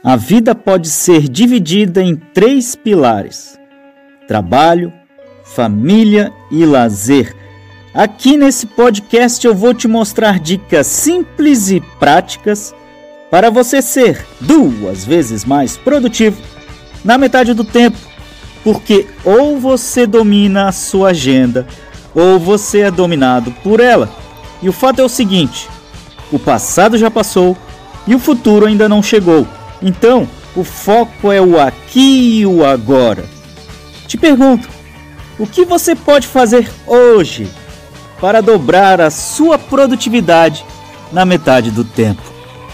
A vida pode ser dividida em 3 pilares: trabalho, família e lazer. Aqui nesse podcast eu vou te mostrar dicas simples e práticas para você ser 2 vezes mais produtivo na metade do tempo, porque ou você domina a sua agenda ou você é dominado por ela. E o fato é o seguinte: o passado já passou e o futuro ainda não chegou. Então, o foco é o aqui e o agora. Te pergunto, o que você pode fazer hoje para dobrar a sua produtividade na metade do tempo?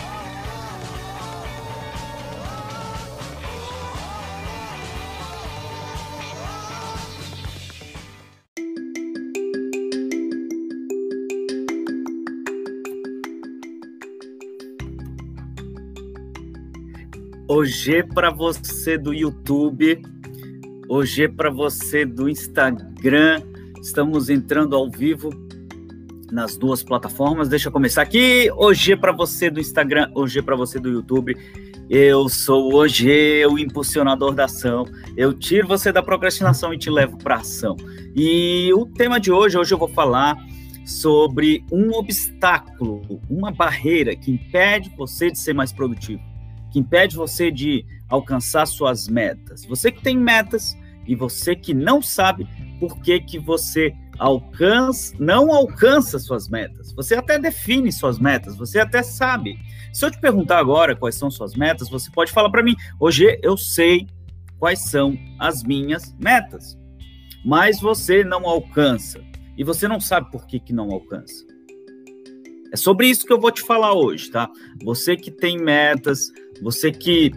Hoje para você do YouTube, hoje para você do Instagram, estamos entrando ao vivo nas 2 plataformas. Deixa eu começar aqui. Hoje para você do Instagram, hoje para você do YouTube. Eu sou hoje o impulsionador da ação. Eu tiro você da procrastinação e te levo para ação. E o tema de hoje eu vou falar sobre um obstáculo, uma barreira que impede você de ser mais produtivo, que impede você de alcançar suas metas. Você que tem metas e você que não sabe por que você não alcança suas metas. Você até define suas metas, você até sabe. Se eu te perguntar agora quais são suas metas, você pode falar para mim: hoje eu sei quais são as minhas metas, mas você não alcança. E você não sabe por que não alcança. É sobre isso que eu vou te falar hoje, tá? Você que tem metas, você que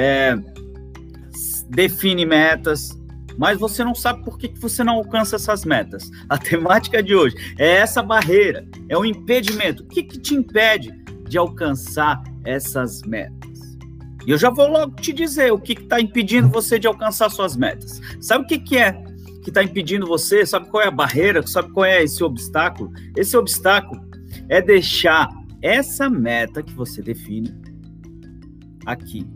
define metas, mas você não sabe por que você não alcança essas metas. A temática de hoje é essa barreira, é um impedimento. O que te impede de alcançar essas metas? E eu já vou logo te dizer o que está impedindo você de alcançar suas metas. Sabe o que é que está impedindo você? Sabe qual é a barreira? Sabe qual é esse obstáculo? Esse obstáculo é deixar essa meta que você define aqui,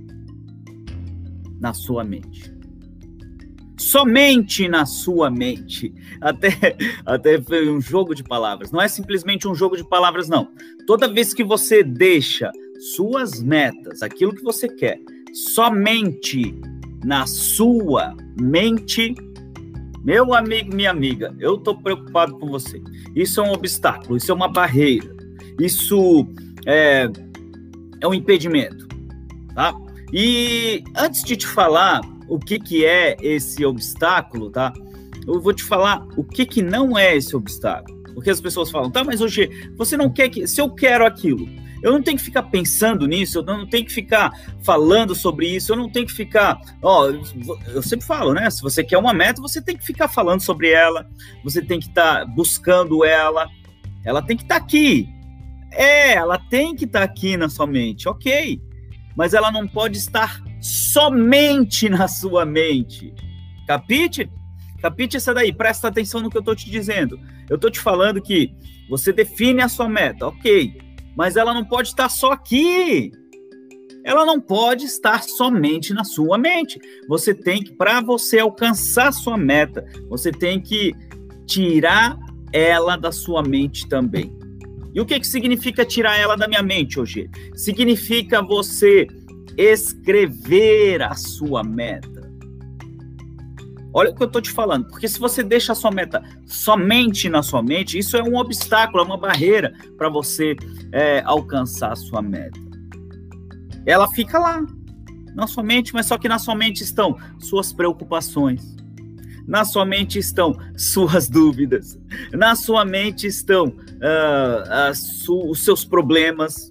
na sua mente. Somente na sua mente. Até foi um jogo de palavras. Não é simplesmente um jogo de palavras, não. Toda vez que você deixa suas metas, aquilo que você quer, somente na sua mente, meu amigo, minha amiga, eu estou preocupado com você. Isso é um obstáculo, isso é uma barreira, isso é um impedimento, tá? E antes de te falar o que é esse obstáculo, tá? Eu vou te falar o que não é esse obstáculo. Porque as pessoas falam: tá, mas hoje você não quer que... Se eu quero aquilo, eu não tenho que ficar pensando nisso, eu não tenho que ficar falando sobre isso, eu não tenho que ficar... eu sempre falo, né? Se você quer uma meta, você tem que ficar falando sobre ela, você tem que estar buscando ela tem que estar aqui. Ela tem que estar aqui na sua mente, ok. Mas ela não pode estar somente na sua mente. Capite? Capite essa daí, presta atenção no que eu estou te dizendo. Eu estou te falando que você define a sua meta, ok. Mas ela não pode estar só aqui. Ela não pode estar somente na sua mente. Você tem que, para você alcançar a sua meta, você tem que tirar ela da sua mente também. E o que significa tirar ela da minha mente hoje? Significa você escrever a sua meta. Olha o que eu estou te falando, porque se você deixa a sua meta somente na sua mente, isso é um obstáculo, é uma barreira para você alcançar a sua meta. Ela fica lá, na sua mente, mas só que na sua mente estão suas preocupações, na sua mente estão suas dúvidas, na sua mente estão os seus problemas,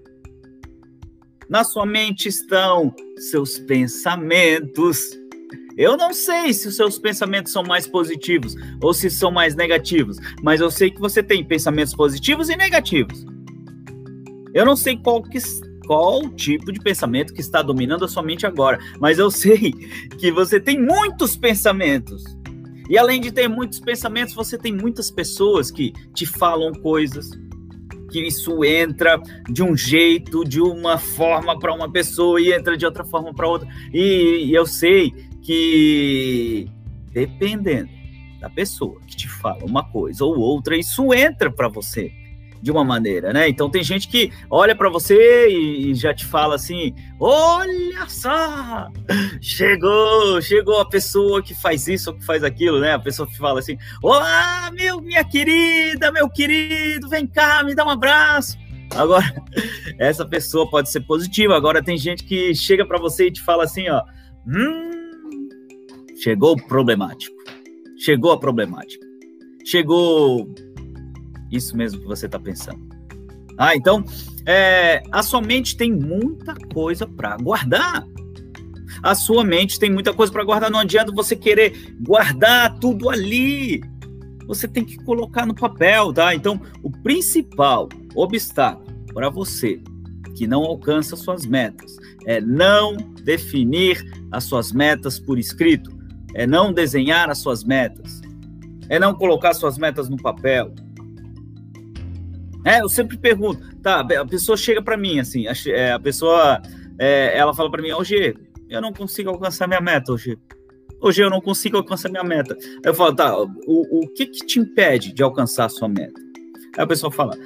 na sua mente estão seus pensamentos. Eu não sei se os seus pensamentos são mais positivos ou se são mais negativos, mas eu sei que você tem pensamentos positivos e negativos. Eu não sei qual tipo de pensamento que está dominando a sua mente agora, mas eu sei que você tem muitos pensamentos. E além de ter muitos pensamentos, você tem muitas pessoas que te falam coisas, que isso entra de um jeito, de uma forma para uma pessoa e entra de outra forma para outra. E eu sei que, dependendo da pessoa que te fala uma coisa ou outra, isso entra para você de uma maneira, né? Então tem gente que olha para você e já te fala assim: olha só, chegou a pessoa que faz isso ou que faz aquilo, né? A pessoa que fala assim: olá, minha querida, meu querido, vem cá, me dá um abraço. Agora, essa pessoa pode ser positiva. Agora tem gente que chega para você e te fala assim, ó: chegou o problemático, chegou a problemática, chegou isso mesmo que você está pensando. Então, a sua mente tem muita coisa para guardar. A sua mente tem muita coisa para guardar. Não adianta você querer guardar tudo ali. Você tem que colocar no papel, tá? Então, o principal obstáculo para você que não alcança suas metas é não definir as suas metas por escrito, é não desenhar as suas metas, é não colocar suas metas no papel. Eu sempre pergunto, tá, a pessoa chega para mim, assim, a pessoa, ela fala para mim: G, eu não consigo alcançar minha meta, G, eu não consigo alcançar minha meta. Aí eu falo: tá, o que te impede de alcançar a sua meta? Aí a pessoa fala: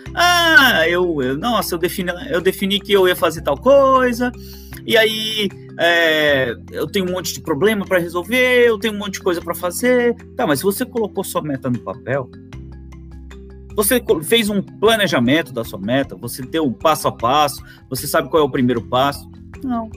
eu defini que eu ia fazer tal coisa, e aí eu tenho um monte de problema para resolver, eu tenho um monte de coisa para fazer. Tá, mas se você colocou sua meta no papel, você fez um planejamento da sua meta, você deu um passo a passo, você sabe qual é o primeiro passo? Não.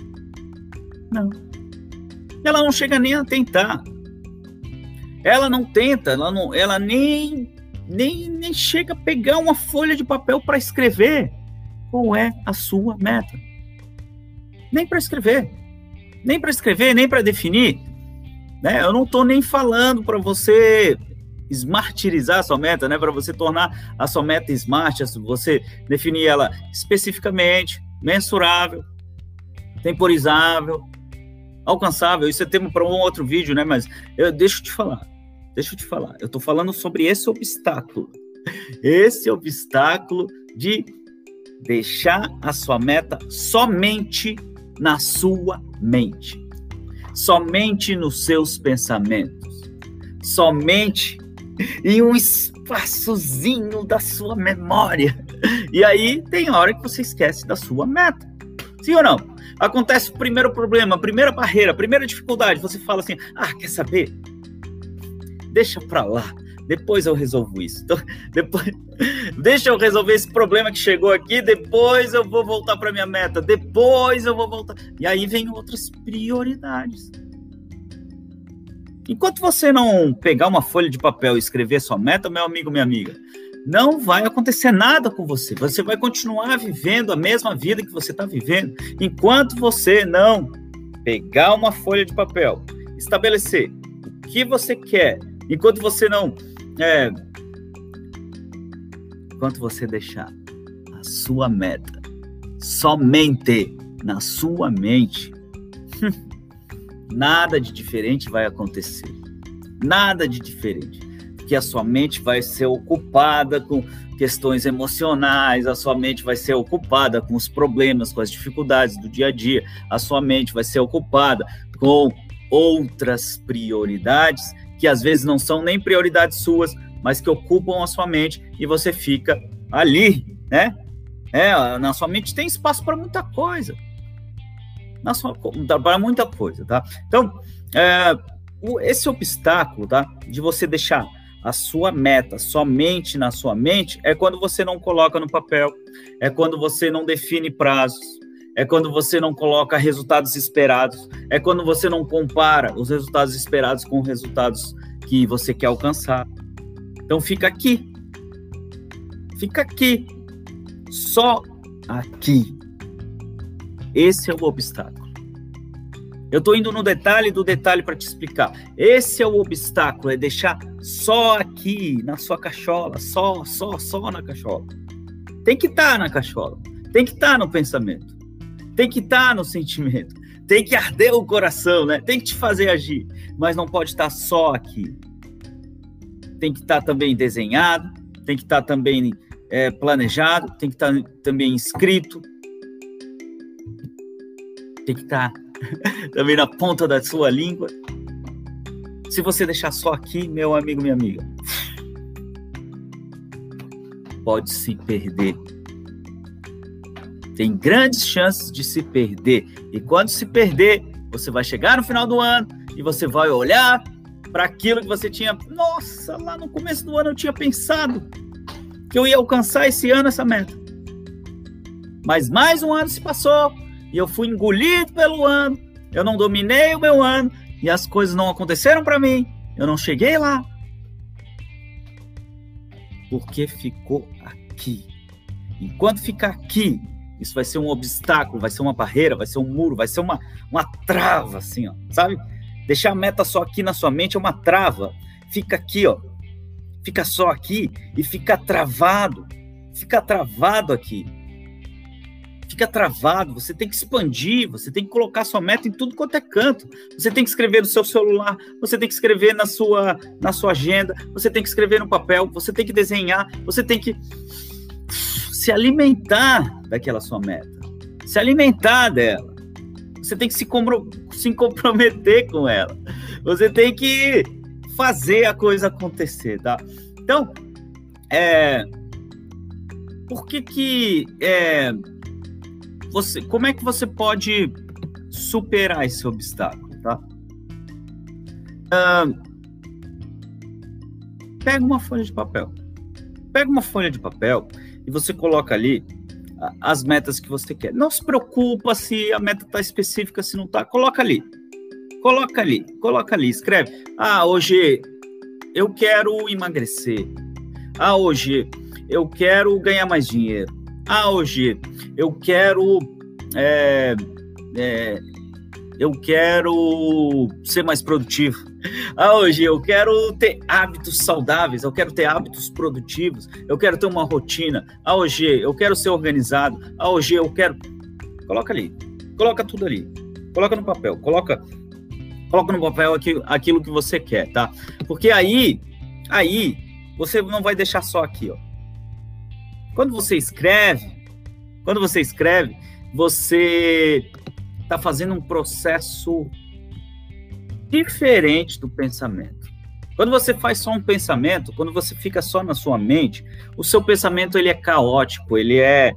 Ela não chega nem a tentar. Ela não tenta, ela nem chega a pegar uma folha de papel para escrever qual é a sua meta. Nem para escrever, nem para definir. Né? Eu não estou nem falando para você smartizar a sua meta, né? Para você tornar a sua meta smart, você definir ela especificamente, mensurável, temporizável, alcançável. Isso é tema para um outro vídeo, né? Mas deixa eu te falar. Eu estou falando sobre esse obstáculo de deixar a sua meta somente na sua mente, somente nos seus pensamentos, somente em um espaçozinho da sua memória. E aí tem hora que você esquece da sua meta. Sim ou não? Acontece o primeiro problema, a primeira barreira, a primeira dificuldade. Você fala assim: quer saber? Deixa pra lá. Depois eu resolvo isso. Então, deixa eu resolver esse problema que chegou aqui. Depois eu vou voltar para minha meta. Depois eu vou voltar. E aí vem outras prioridades. Enquanto você não pegar uma folha de papel e escrever sua meta, meu amigo, minha amiga, não vai acontecer nada com você. Você vai continuar vivendo a mesma vida que você está vivendo. Enquanto você não pegar uma folha de papel, estabelecer o que você quer, enquanto você não... enquanto você deixar a sua meta somente na sua mente, nada de diferente vai acontecer. Nada de diferente. Porque a sua mente vai ser ocupada com questões emocionais, a sua mente vai ser ocupada com os problemas, com as dificuldades do dia a dia, a sua mente vai ser ocupada com outras prioridades que às vezes não são nem prioridades suas, mas que ocupam a sua mente e você fica ali, né? Na sua mente tem espaço para muita coisa. Para muita coisa, tá? Então, esse obstáculo, tá? De você deixar a sua meta somente na sua mente é quando você não coloca no papel, é quando você não define prazos, é quando você não coloca resultados esperados, é quando você não compara os resultados esperados com os resultados que você quer alcançar. Então fica aqui, só aqui. Esse é o obstáculo. Eu estou indo no detalhe do detalhe para te explicar. Esse é o obstáculo, é deixar só aqui na sua cachola, só na cachola. Tem que estar na cachola, tem que estar no pensamento, tem que estar no sentimento, tem que arder o coração, né? Tem que te fazer agir, mas não pode estar só aqui. Tem que estar também desenhado, tem que estar também planejado, tem que estar também escrito, tem que estar também na ponta da sua língua. Se você deixar só aqui, meu amigo, minha amiga, pode se perder. Tem grandes chances de se perder. E quando se perder, você vai chegar no final do ano e você vai olhar para aquilo que você tinha... Nossa, lá no começo do ano eu tinha pensado que eu ia alcançar esse ano essa meta. Mas mais um ano se passou e eu fui engolido pelo ano. Eu não dominei o meu ano e as coisas não aconteceram para mim. Eu não cheguei lá. Porque ficou aqui. Enquanto ficar aqui, isso vai ser um obstáculo, vai ser uma barreira, vai ser um muro, vai ser uma trava, assim, ó, sabe? Deixar a meta só aqui na sua mente é uma trava. Fica aqui, ó. Fica só aqui e fica travado. Fica travado aqui. Fica travado. Você tem que expandir, você tem que colocar sua meta em tudo quanto é canto. Você tem que escrever no seu celular, você tem que escrever na sua agenda, você tem que escrever no papel, você tem que desenhar, você tem que se alimentar daquela sua meta. Se alimentar dela. Você tem que se comprometer com ela. Você tem que fazer a coisa acontecer, tá? Então, como é que você pode superar esse obstáculo, tá? Pega uma folha de papel. Pega uma folha de papel e você coloca ali as metas que você quer. Não se preocupa se a meta está específica, se não está. Coloca ali, escreve. Hoje eu quero emagrecer. Hoje eu quero ganhar mais dinheiro. Hoje eu quero ser mais produtivo. Hoje eu quero ter hábitos saudáveis, eu quero ter hábitos produtivos, eu quero ter uma rotina. Hoje eu quero ser organizado. Hoje eu quero... Coloca ali, coloca tudo ali, coloca no papel, coloca no papel aquilo que você quer, tá? Porque aí você não vai deixar só aqui, ó. Quando você escreve, você está fazendo um processo diferente do pensamento. Quando você faz só um pensamento, quando você fica só na sua mente, o seu pensamento ele é caótico, ele é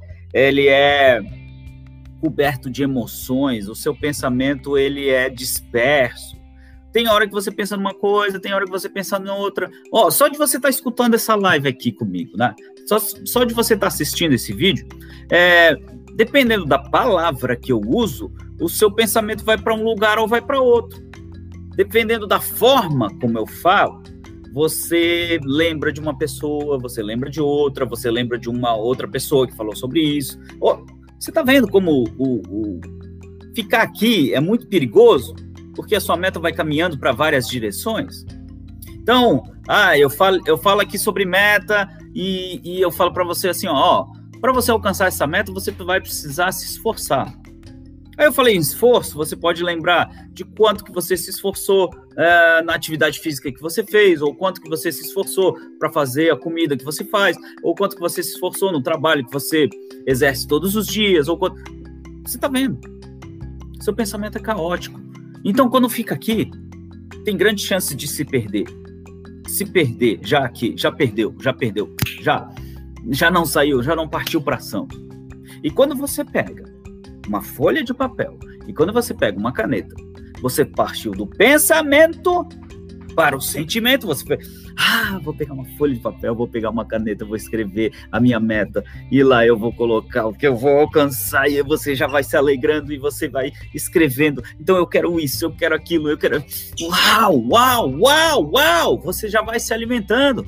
coberto de emoções, o seu pensamento ele é disperso. Tem hora que você pensa numa coisa, tem hora que você pensa em outra. Só de você estar escutando essa live aqui comigo, né? Só de você estar assistindo esse vídeo, dependendo da palavra que eu uso, o seu pensamento vai para um lugar ou vai para outro. Dependendo da forma como eu falo, você lembra de uma pessoa, você lembra de outra, você lembra de uma outra pessoa que falou sobre isso. Você está vendo como ficar aqui é muito perigoso? Porque a sua meta vai caminhando para várias direções. Então, eu falo aqui sobre meta e eu falo para você assim, para você alcançar essa meta, você vai precisar se esforçar. Aí eu falei em esforço, você pode lembrar de quanto que você se esforçou na atividade física que você fez, ou quanto que você se esforçou para fazer a comida que você faz, ou quanto que você se esforçou no trabalho que você exerce todos os dias, ou quanto... Você está vendo? Seu pensamento é caótico. Então, quando fica aqui, tem grande chance de se perder. Se perder, já perdeu, já não saiu, já não partiu para ação. E quando você pega uma folha de papel e quando você pega uma caneta, você partiu do pensamento para o sentimento. Você vou pegar uma folha de papel, vou pegar uma caneta, vou escrever a minha meta e lá eu vou colocar o que eu vou alcançar e você já vai se alegrando e você vai escrevendo. Então eu quero isso, eu quero aquilo, eu quero... Uau! Você já vai se alimentando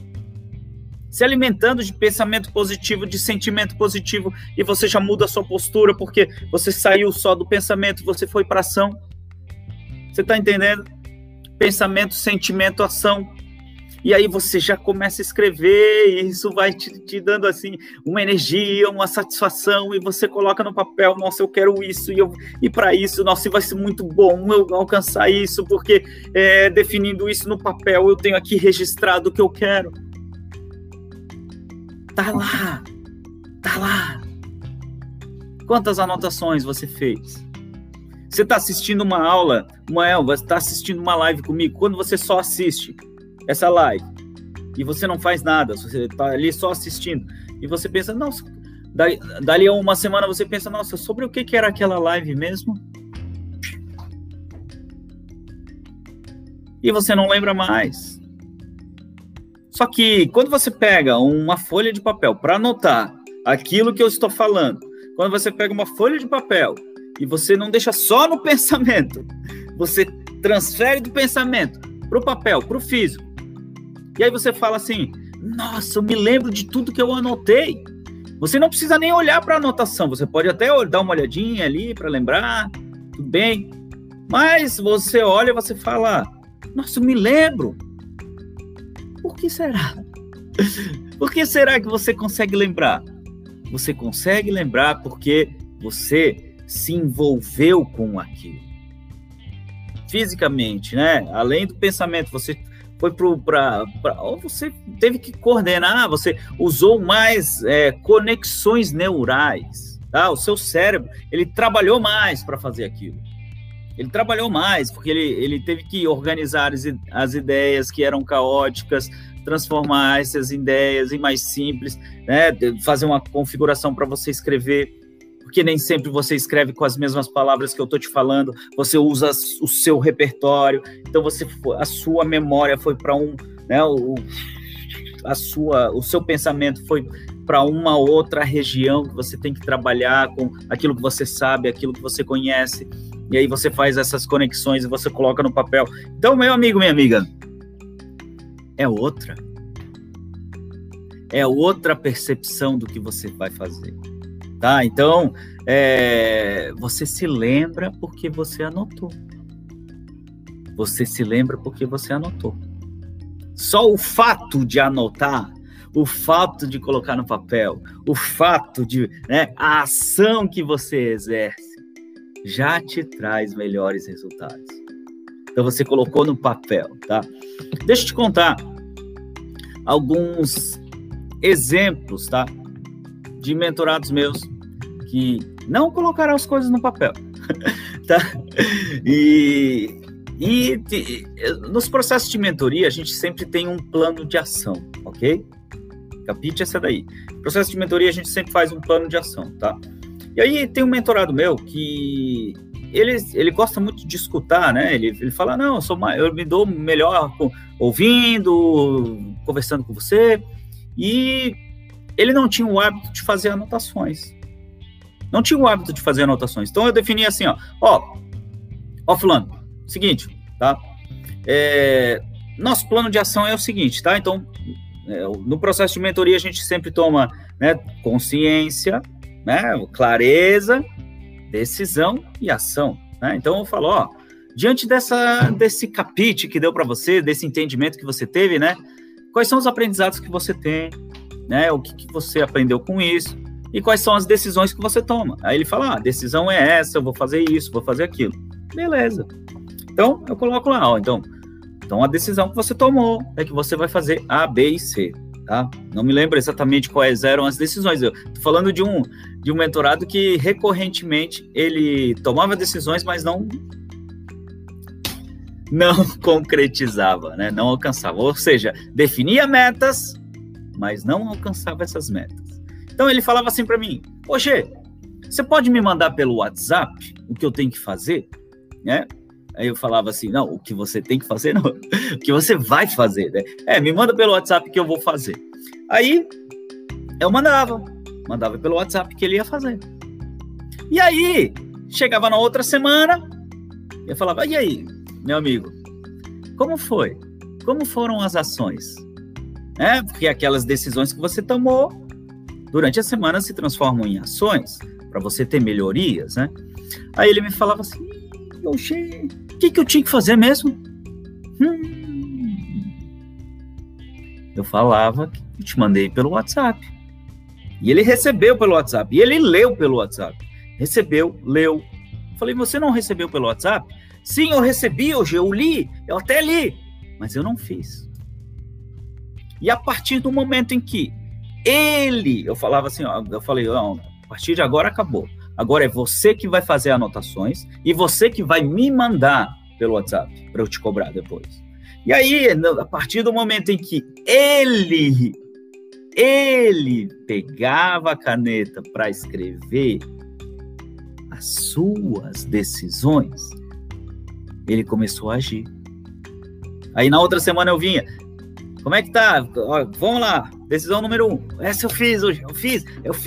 de pensamento positivo, de sentimento positivo, e você já muda a sua postura porque você saiu só do pensamento, você foi para ação. Você está entendendo? Pensamento, sentimento, ação. E aí você já começa a escrever e isso vai te dando assim uma energia, uma satisfação, e você coloca no papel, nossa, eu quero isso, e para isso, nossa, vai ser muito bom eu alcançar isso, porque definindo isso no papel, eu tenho aqui registrado o que eu quero. Tá lá, Tá lá. Quantas anotações você fez? Você está assistindo uma aula, você está assistindo uma live comigo. Quando você só assiste essa live e você não faz nada, você está ali só assistindo e você pensa, nossa, dali a uma semana você pensa, nossa, sobre o que era aquela live mesmo? E você não lembra mais. Só que quando você pega uma folha de papel para anotar aquilo que eu estou falando, quando você pega uma folha de papel e você não deixa só no pensamento, você transfere do pensamento para o papel, para o físico, e aí você fala assim, nossa, eu me lembro de tudo que eu anotei. Você não precisa nem olhar para a anotação, você pode até dar uma olhadinha ali para lembrar, tudo bem, mas você olha e você fala, nossa, eu me lembro. Por que será? Por que será que você consegue lembrar? Você consegue lembrar porque você se envolveu com aquilo. Fisicamente, né? Além do pensamento, você foi ou você teve que coordenar, você usou mais conexões neurais, tá? O seu cérebro, ele trabalhou mais para fazer aquilo. Ele trabalhou mais, porque ele teve que organizar as ideias que eram caóticas, transformar essas ideias em mais simples, né? Fazer uma configuração para você escrever, porque nem sempre você escreve com as mesmas palavras que eu estou te falando, você usa o seu repertório, então a sua memória foi para né, o seu pensamento foi para uma outra região que você tem que trabalhar com aquilo que você sabe, aquilo que você conhece, e aí você faz essas conexões e você coloca no papel. Então, meu amigo, minha amiga, é outra percepção do que você vai fazer, tá? Então, você se lembra porque você anotou. Você se lembra porque você anotou. Só o fato de anotar, o fato de colocar no papel, o fato de, né, a ação que você exerce, já te traz melhores resultados. Então, você colocou no papel, tá? Deixa eu te contar alguns exemplos, tá? De mentorados meus que não colocaram as coisas no papel, tá? E nos processos de mentoria, a gente sempre tem um plano de ação, ok? Capite essa daí. No processo de mentoria, a gente sempre faz um plano de ação, tá? E aí tem um mentorado meu que ele gosta muito de escutar, né? Ele fala, não, eu me dou melhor ouvindo, conversando com você. E ele não tinha o hábito de fazer anotações. Não tinha o hábito de fazer anotações. Então eu defini assim, ó fulano, seguinte, tá? Nosso plano de ação é o seguinte, tá? Então, no processo de mentoria a gente sempre toma, né, consciência, né, clareza, decisão e ação, né? Então eu falo, diante desse capítulo que deu para você, desse entendimento que você teve, né? Quais são os aprendizados que você tem, né? O que você aprendeu com isso e quais são as decisões que você toma. Aí ele fala, a decisão é essa, eu vou fazer isso, vou fazer aquilo. Beleza. Então, eu coloco lá, então a decisão que você tomou é que você vai fazer A, B e C, tá? Não me lembro exatamente quais eram as decisões. Eu tô falando de um mentorado que recorrentemente ele tomava decisões, mas não concretizava, né? Não alcançava. Ou seja, definia metas, mas não alcançava essas metas. Então ele falava assim para mim, Gê, você pode me mandar pelo WhatsApp o que eu tenho que fazer? Né? Aí eu falava assim, não, o que você tem que fazer, não, o que você vai fazer, né? Me manda pelo WhatsApp que eu vou fazer. Aí eu mandava pelo WhatsApp que ele ia fazer. E aí, chegava na outra semana, eu falava, e aí, meu amigo, como foi? Como foram as ações? Porque aquelas decisões que você tomou durante a semana se transformam em ações para você ter melhorias, né? Aí ele me falava assim, o que eu tinha que fazer mesmo? Eu falava que eu te mandei pelo WhatsApp. E ele recebeu pelo WhatsApp. E ele leu pelo WhatsApp. Recebeu, leu. Falei, você não recebeu pelo WhatsApp? Sim, eu recebi hoje, eu li, eu até li, mas eu não fiz. E a partir do momento em que eu falava assim, ó, eu falei, ó, a partir de agora acabou. Agora é você que vai fazer anotações e você que vai me mandar pelo WhatsApp para eu te cobrar depois. E aí, a partir do momento em que ele pegava a caneta para escrever as suas decisões, ele começou a agir. Aí na outra semana eu vinha, como é que tá? Ó, vamos lá, decisão número 1. Essa eu fiz hoje, eu fiz.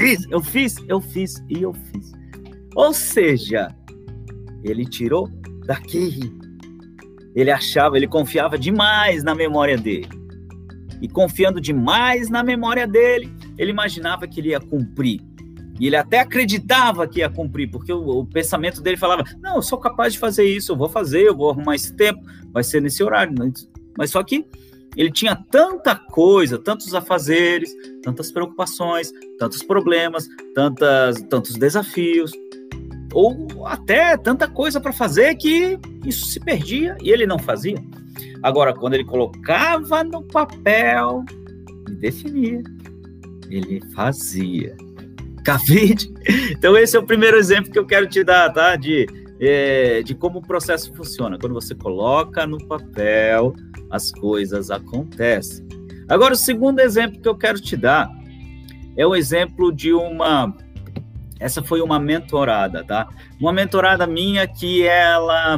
Ou seja, ele tirou daqui. Ele confiava demais na memória dele. E confiando demais na memória dele, ele imaginava que ele ia cumprir. E ele até acreditava que ia cumprir, porque o pensamento dele falava, não, eu sou capaz de fazer isso, eu vou arrumar esse tempo, vai ser nesse horário. Mas só que ele tinha tanta coisa, tantos afazeres, tantas preocupações, tantos problemas, tantos desafios, ou até tanta coisa para fazer que isso se perdia e ele não fazia. Agora, quando ele colocava no papel e definia, ele fazia. Capite? Então esse é o primeiro exemplo que eu quero te dar, tá? De como o processo funciona. Quando você coloca no papel, as coisas acontecem. Agora, o segundo exemplo que eu quero te dar é o exemplo de essa foi uma mentorada, tá? Uma mentorada minha que ela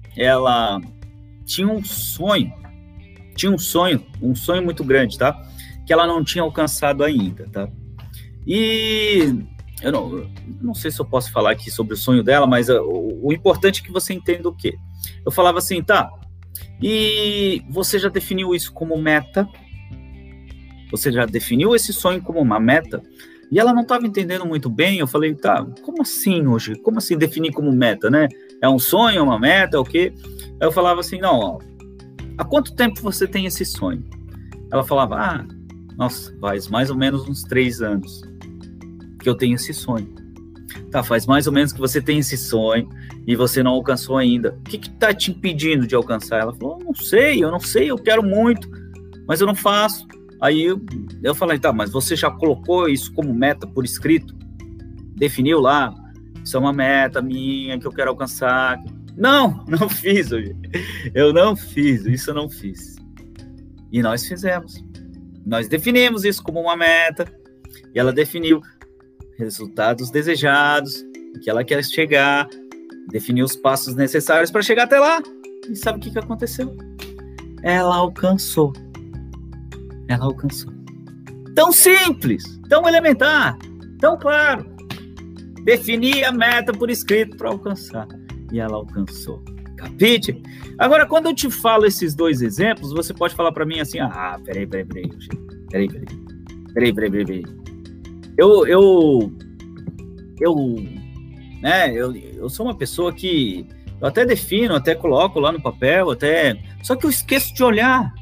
tinha um sonho muito grande, tá? Que ela não tinha alcançado ainda, tá? E eu não sei se eu posso falar aqui sobre o sonho dela, mas o importante é que você entenda o quê? Eu falava assim, tá, e você já definiu isso como meta? Você já definiu esse sonho como uma meta? E ela não estava entendendo muito bem. Eu falei, tá, como assim hoje? Como assim definir como meta, né? É um sonho, é uma meta, é o quê? Aí eu falava assim, não, ó, há quanto tempo você tem esse sonho? Ela falava, nossa, faz mais ou menos uns 3 anos que eu tenho esse sonho. Tá, faz mais ou menos que você tem esse sonho e você não alcançou ainda. O que tá te impedindo de alcançar? Ela falou, eu não sei, eu quero muito, mas eu não faço. Aí eu falei, tá, mas você já colocou isso como meta por escrito? Definiu lá? Isso é uma meta minha que eu quero alcançar. Não fiz hoje. Eu não fiz. E nós fizemos. Nós definimos isso como uma meta. E ela definiu resultados desejados, que ela quer chegar, definiu os passos necessários para chegar até lá. E sabe o que aconteceu? Ela alcançou. Tão simples, tão elementar, tão claro. Definir a meta por escrito para alcançar. E ela alcançou. Capite? Agora, quando eu te falo esses 2 exemplos, você pode falar para mim assim, peraí. Eu sou uma pessoa que eu até defino, até coloco lá no papel, só que eu esqueço de olhar.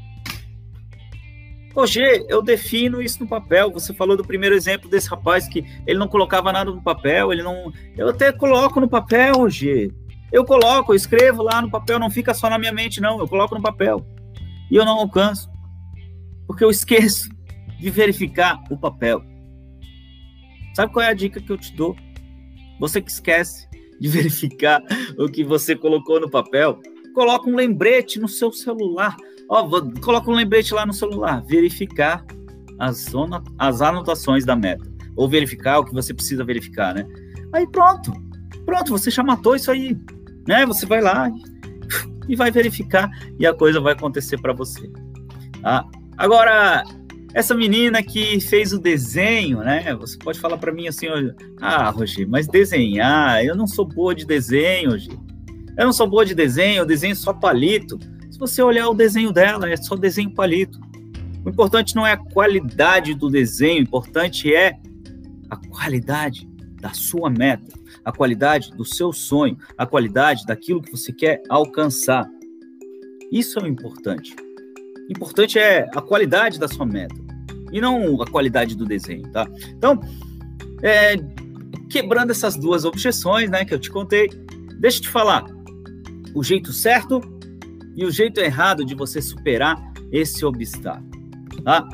Roger, eu defino isso no papel. Você falou do primeiro exemplo desse rapaz que ele não colocava nada no papel, eu até coloco no papel, Roger. Eu escrevo lá no papel, não fica só na minha mente, não. Eu coloco no papel. E eu não alcanço. Porque eu esqueço de verificar o papel. Sabe qual é a dica que eu te dou? Você que esquece de verificar o que você colocou no papel, coloca um lembrete no seu celular. Coloca um lembrete lá no celular. Verificar as anotações da meta. Ou verificar o que você precisa verificar, né? Aí pronto, você já matou isso aí. Né? Você vai lá e vai verificar e a coisa vai acontecer para você. Tá? Agora, essa menina que fez o desenho, né? Você pode falar para mim assim, Roger, mas desenhar, eu não sou boa de desenho, Roger. Eu desenho só palito. Se você olhar o desenho dela, é só desenho palito. O importante não é a qualidade do desenho, o importante é a qualidade da sua meta, a qualidade do seu sonho, a qualidade daquilo que você quer alcançar. Isso é o importante. O importante é a qualidade da sua meta e não a qualidade do desenho, tá? Então, quebrando essas 2 objeções, né, que eu te contei, deixa eu te falar o jeito certo e o jeito errado de você superar esse obstáculo, tá?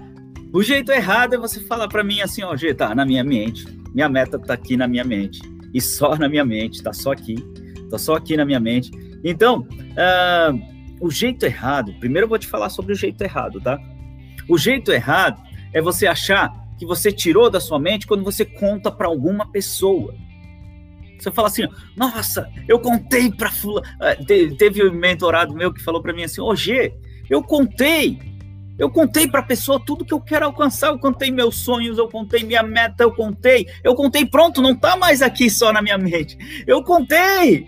O jeito errado é você falar para mim assim, ó, G, tá na minha mente, minha meta tá aqui na minha mente, e só na minha mente, tá só aqui na minha mente. Então, o jeito errado, primeiro eu vou te falar sobre o jeito errado, tá? O jeito errado é você achar que você tirou da sua mente quando você conta para alguma pessoa. Você fala assim, nossa, eu contei para fulano. Teve um mentorado meu que falou para mim assim, ô G, eu contei para a pessoa tudo que eu quero alcançar, eu contei meus sonhos, eu contei minha meta, eu contei, pronto, não tá mais aqui só na minha mente. Eu contei.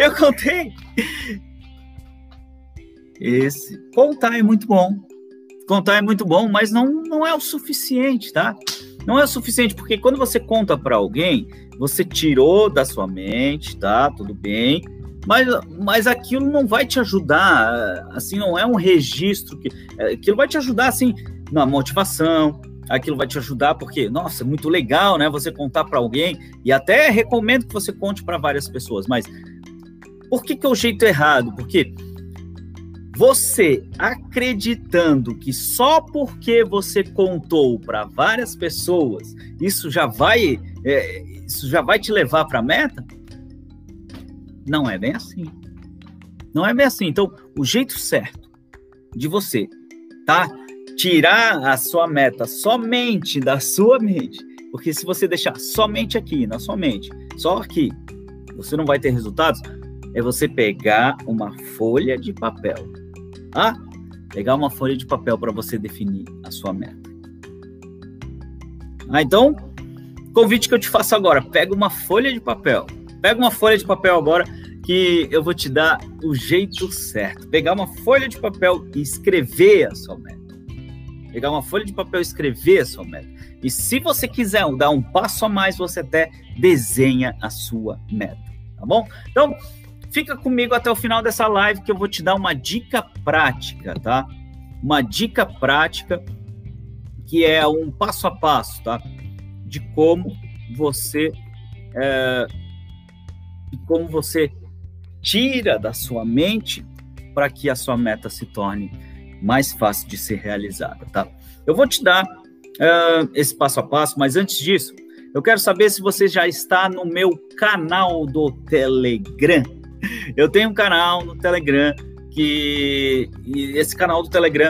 Esse contar é muito bom, mas não é o suficiente, tá? Não é o suficiente, porque quando você conta para alguém, você tirou da sua mente, tá? Tudo bem, mas aquilo não vai te ajudar, assim, não é um registro, aquilo vai te ajudar, assim, na motivação, aquilo vai te ajudar porque, nossa, é muito legal, né, você contar para alguém, e até recomendo que você conte para várias pessoas, mas por que é o jeito errado? Porque você acreditando que só porque você contou para várias pessoas, isso já vai te levar para a meta? Não é bem assim. Não é bem assim. Então, o jeito certo de você, tá? Tirar a sua meta somente da sua mente, porque se você deixar somente aqui, na sua mente, só aqui, você não vai ter resultados, é você pegar uma folha de papel, tá? Pegar uma folha de papel para você definir a sua meta. Então, convite que eu te faço agora, pega uma folha de papel. Pega uma folha de papel agora que eu vou te dar o jeito certo. Pegar uma folha de papel e escrever a sua meta. Pegar uma folha de papel e escrever a sua meta. E se você quiser dar um passo a mais, você até desenha a sua meta, tá bom? Então, fica comigo até o final dessa live que eu vou te dar uma dica prática, tá? Uma dica prática que é um passo a passo, tá? De como você tira da sua mente para que a sua meta se torne mais fácil de ser realizada, tá? Eu vou te dar esse passo a passo, mas antes disso, eu quero saber se você já está no meu canal do Telegram. Eu tenho um canal no Telegram e esse canal do Telegram,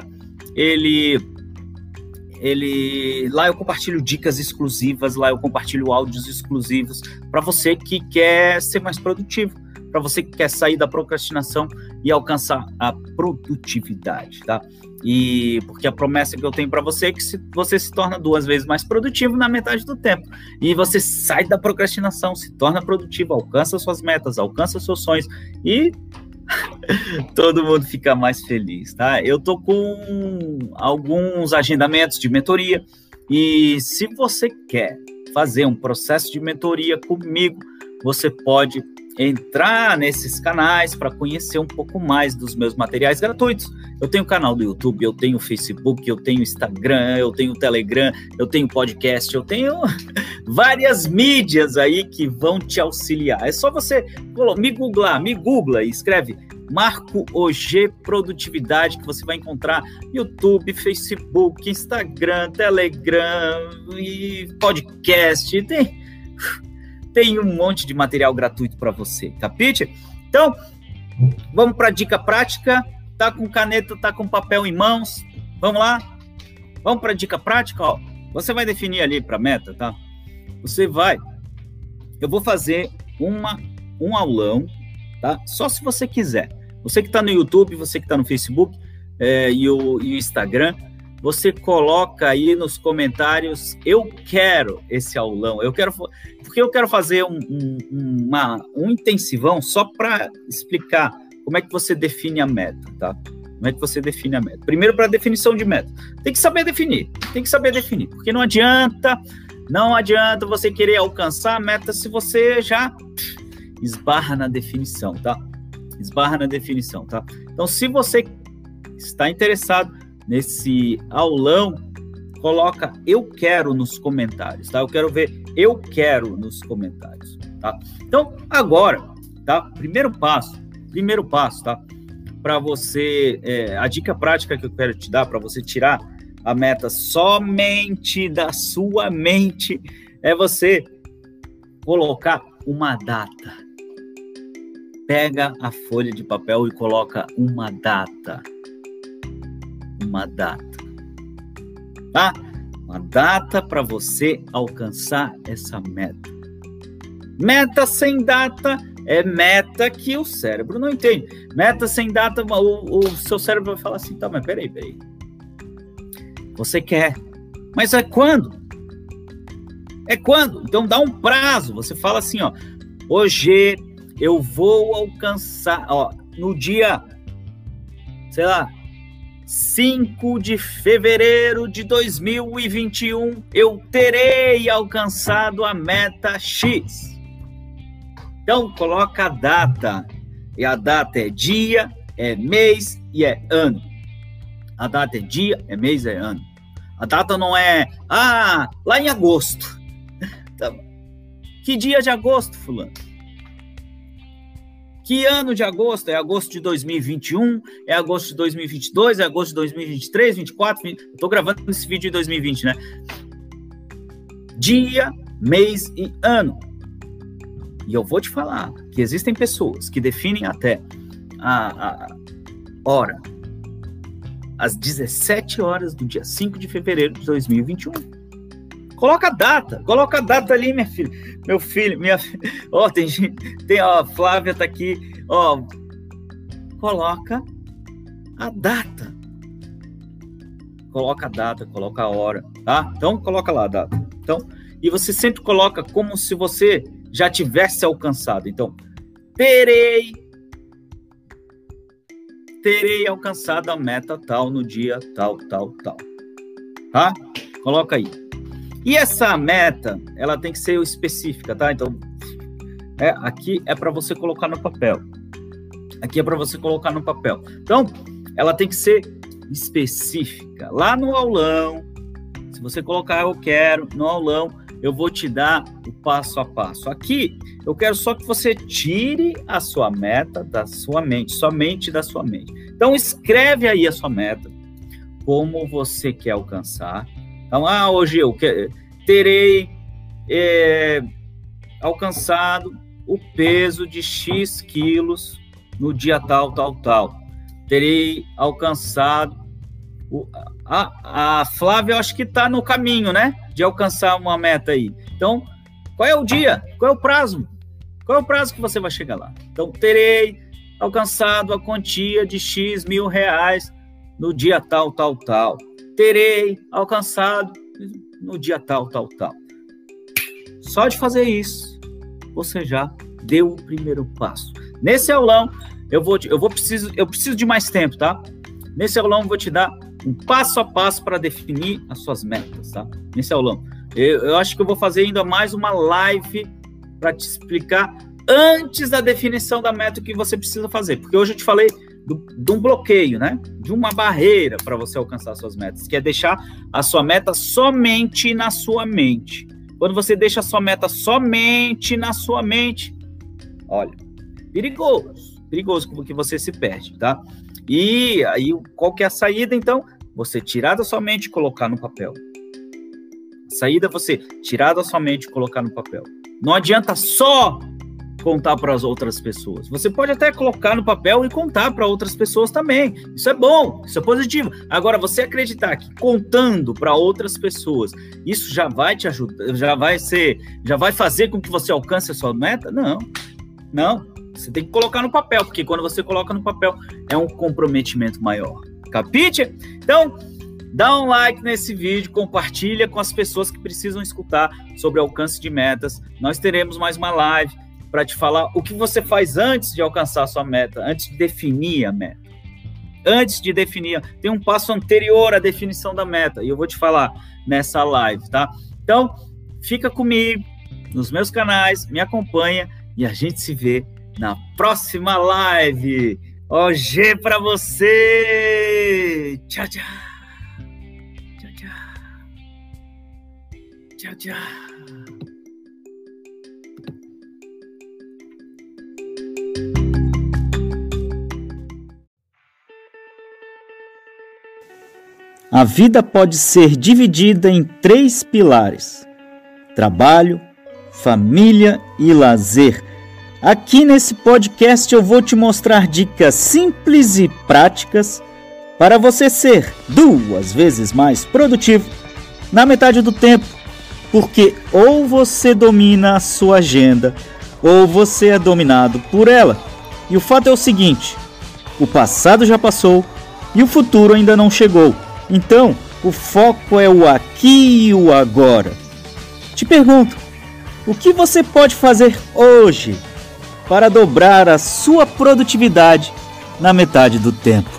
lá eu compartilho dicas exclusivas, lá eu compartilho áudios exclusivos para você que quer ser mais produtivo, para você que quer sair da procrastinação e alcançar a produtividade, tá? E porque a promessa que eu tenho para você é que você se torna 2 vezes mais produtivo na metade do tempo. E você sai da procrastinação, se torna produtivo, alcança suas metas, alcança seus sonhos e todo mundo fica mais feliz, tá? Eu tô com alguns agendamentos de mentoria e se você quer fazer um processo de mentoria comigo, você pode entrar nesses canais para conhecer um pouco mais dos meus materiais gratuitos. Eu tenho canal do YouTube, eu tenho Facebook, eu tenho Instagram, eu tenho Telegram, eu tenho podcast, eu tenho várias mídias aí que vão te auxiliar. É só você me googla e escreve Marco OG Produtividade, que você vai encontrar YouTube, Facebook, Instagram, Telegram e podcast. Tem um monte de material gratuito para você, capite? Então, vamos para a dica prática. Tá com caneta, tá com papel em mãos? Vamos lá? Vamos para a dica prática, ó. Você vai definir ali para a meta, tá? Eu vou fazer um aulão, tá? Só se você quiser. Você que está no YouTube, você que está no Facebook e o Instagram, você coloca aí nos comentários, eu quero esse aulão, porque eu quero fazer um intensivão só para explicar como é que você define a meta, tá? Como é que você define a meta? Primeiro, para definição de meta, tem que saber definir, porque não adianta você querer alcançar a meta se você já esbarra na definição, tá? Então, se você está interessado nesse aulão, coloca eu quero nos comentários, tá? Eu quero ver eu quero nos comentários, tá? Então, agora, tá? Primeiro passo, tá? Para você, a dica prática que eu quero te dar para você tirar a meta somente da sua mente, é você colocar uma data. Pega a folha de papel e coloca uma data. Uma data. Tá? Uma data para você alcançar essa meta. Meta sem data é meta que o cérebro não entende. Meta sem data, o seu cérebro vai falar assim, tá, mas peraí. Você quer, mas é quando? É quando? Então dá um prazo. Você fala assim, ó, hoje eu vou alcançar, ó, no dia, sei lá, 5 de fevereiro de 2021, eu terei alcançado a meta X. Então, coloca a data. E a data é dia, é mês e é ano. A data é dia, é mês, é ano. A data não é, lá em agosto. Então, que dia de agosto, fulano? Que ano de agosto? É agosto de 2021? É agosto de 2022? É agosto de 2023, 2024? Eu tô gravando esse vídeo em 2020, né? Dia, mês e ano. E eu vou te falar que existem pessoas que definem até a hora, às 17 horas do dia 5 de fevereiro de 2021. Coloca a data ali, minha filha. Meu filho, minha filha. Ó, a Flávia tá aqui, ó. Coloca a data. Coloca a data, coloca a hora, tá? Então, coloca lá a data. Então, e você sempre coloca como se você já tivesse alcançado. Então, terei alcançado a meta tal no dia tal. Tá? Coloca aí. E essa meta, ela tem que ser específica, tá? Então, aqui é para você colocar no papel. Aqui é para você colocar no papel. Então, ela tem que ser específica. Lá no aulão, se você colocar eu quero, no aulão, eu vou te dar o passo a passo. Aqui, eu quero só que você tire a sua meta da sua mente, somente da sua mente. Então, escreve aí a sua meta, como você quer alcançar. Então, hoje eu terei alcançado o peso de X quilos no dia tal. Terei alcançado... A Flávia, eu acho que está no caminho, né? De alcançar uma meta aí. Então, qual é o dia? Qual é o prazo? Qual é o prazo que você vai chegar lá? Então, terei alcançado a quantia de X mil reais no dia tal. Terei alcançado no dia tal. Só de fazer isso, você já deu o primeiro passo. Nesse aulão, eu preciso de mais tempo, tá? Nesse aulão, eu vou te dar um passo a passo para definir as suas metas, tá? Nesse aulão. Eu acho que eu vou fazer ainda mais uma live para te explicar antes da definição da meta que você precisa fazer. Porque hoje eu te falei de um bloqueio, né? De uma barreira para você alcançar suas metas, que é deixar a sua meta somente na sua mente. Quando você deixa a sua meta somente na sua mente, olha, perigoso porque você se perde, tá? E aí, qual que é a saída, então? Você tirar da sua mente e colocar no papel. A saída é você tirar da sua mente e colocar no papel. Não adianta só contar para as outras pessoas. Você pode até colocar no papel e contar para outras pessoas também. Isso é bom, isso é positivo. Agora, você acreditar que contando para outras pessoas, isso já vai te ajudar, já vai fazer com que você alcance a sua meta? Não. Você tem que colocar no papel, porque quando você coloca no papel, é um comprometimento maior. Capite? Então, dá um like nesse vídeo, compartilha com as pessoas que precisam escutar sobre alcance de metas. Nós teremos mais uma live para te falar o que você faz antes de alcançar a sua meta, antes de definir a meta. Antes de definir, tem um passo anterior à definição da meta, e eu vou te falar nessa live, tá? Então, fica comigo nos meus canais, me acompanha e a gente se vê na próxima live. OG para você! Tchau. A vida pode ser dividida em 3 pilares: trabalho, família e lazer. Aqui nesse podcast eu vou te mostrar dicas simples e práticas para você ser 2 vezes mais produtivo na metade do tempo, porque ou você domina a sua agenda ou você é dominado por ela. E o fato é o seguinte: o passado já passou e o futuro ainda não chegou. Então, o foco é o aqui e o agora. Te pergunto, o que você pode fazer hoje para dobrar a sua produtividade na metade do tempo?